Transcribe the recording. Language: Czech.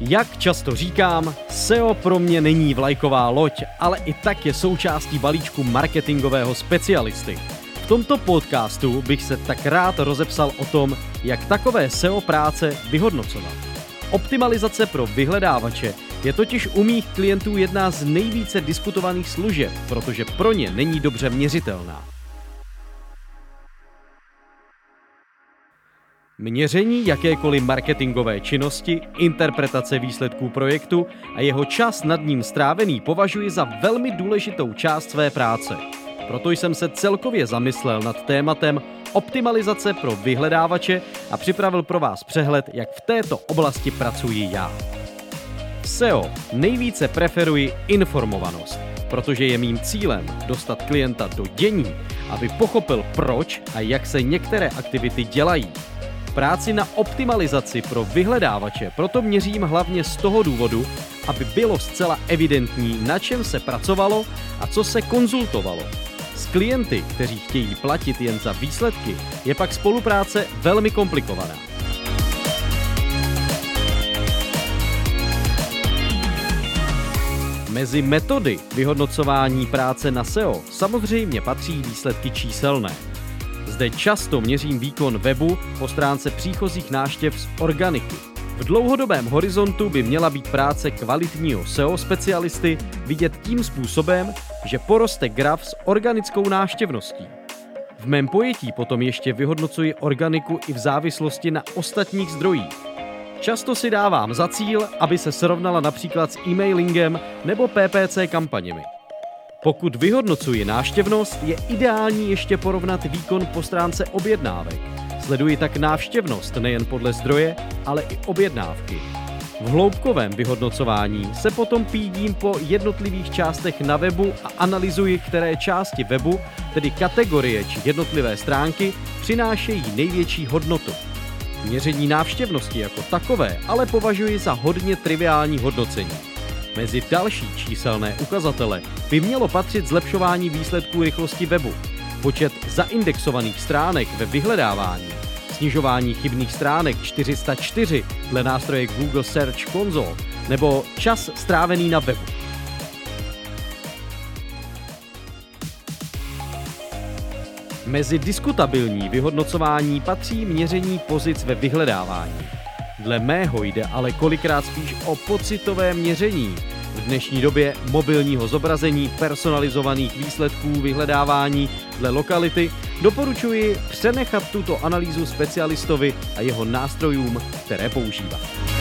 Jak často říkám, SEO pro mě není vlajková loď, ale i tak je součástí balíčku marketingového specialisty. V tomto podcastu bych se tak rád rozepsal o tom, jak takové SEO práce vyhodnocovat. Optimalizace pro vyhledávače je totiž u mých klientů jedna z nejvíce diskutovaných služeb, protože pro ně není dobře měřitelná. Měření jakékoliv marketingové činnosti, interpretace výsledků projektu a jeho čas nad ním strávený považuji za velmi důležitou část své práce. Proto jsem se celkově zamyslel nad tématem optimalizace pro vyhledávače a připravil pro vás přehled, jak v této oblasti pracuji já. V SEO nejvíce preferuji informovanost, protože je mým cílem dostat klienta do dění, aby pochopil proč a jak se některé aktivity dělají. Práci na optimalizaci pro vyhledávače proto měřím hlavně z toho důvodu, aby bylo zcela evidentní, na čem se pracovalo a co se konzultovalo. S klienty, kteří chtějí platit jen za výsledky, je pak spolupráce velmi komplikovaná. Mezi metody vyhodnocování práce na SEO samozřejmě patří výsledky číselné. Zde často měřím výkon webu po stránce příchozích návštěv z organiky. V dlouhodobém horizontu by měla být práce kvalitního SEO specialisty vidět tím způsobem, že poroste graf s organickou návštěvností. V mém pojetí potom ještě vyhodnocuji organiku i v závislosti na ostatních zdrojích. Často si dávám za cíl, aby se srovnala například s e-mailingem nebo PPC kampaněmi. Pokud vyhodnocuji návštěvnost, je ideální ještě porovnat výkon po stránce objednávek. Sleduji tak návštěvnost nejen podle zdroje, ale i objednávky. V hloubkovém vyhodnocování se potom pídím po jednotlivých částech na webu a analyzuji, které části webu, tedy kategorie či jednotlivé stránky, přinášejí největší hodnotu. Měření návštěvnosti jako takové ale považuji za hodně triviální hodnocení. Mezi další číselné ukazatele by mělo patřit zlepšování výsledků rychlosti webu, počet zaindexovaných stránek ve vyhledávání, snižování chybných stránek 404 dle nástroje Google Search Console nebo čas strávený na webu. Mezi diskutabilní vyhodnocování patří měření pozic ve vyhledávání. Dle mého jde ale kolikrát spíš o pocitové měření. V dnešní době mobilního zobrazení personalizovaných výsledků vyhledávání dle lokality doporučuji přenechat tuto analýzu specialistovi a jeho nástrojům, které používá.